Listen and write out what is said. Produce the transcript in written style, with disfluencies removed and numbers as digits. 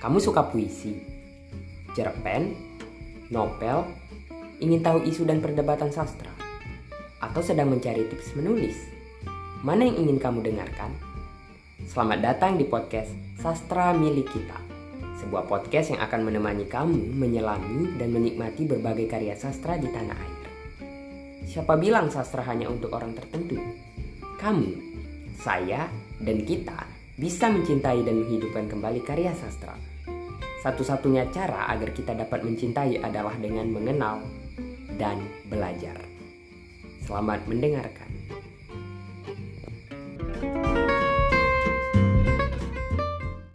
Kamu suka puisi, cerpen, novel, ingin tahu isu dan perdebatan sastra, atau sedang mencari tips menulis? Mana yang ingin kamu dengarkan? Selamat datang di podcast Sastra Milik Kita, sebuah podcast yang akan menemani kamu menyelami dan menikmati berbagai karya sastra di tanah air. Siapa bilang sastra hanya untuk orang tertentu? Kamu, saya, dan kita bisa mencintai dan menghidupkan kembali karya sastra. Satu-satunya cara agar kita dapat mencintai adalah dengan mengenal dan belajar. Selamat mendengarkan.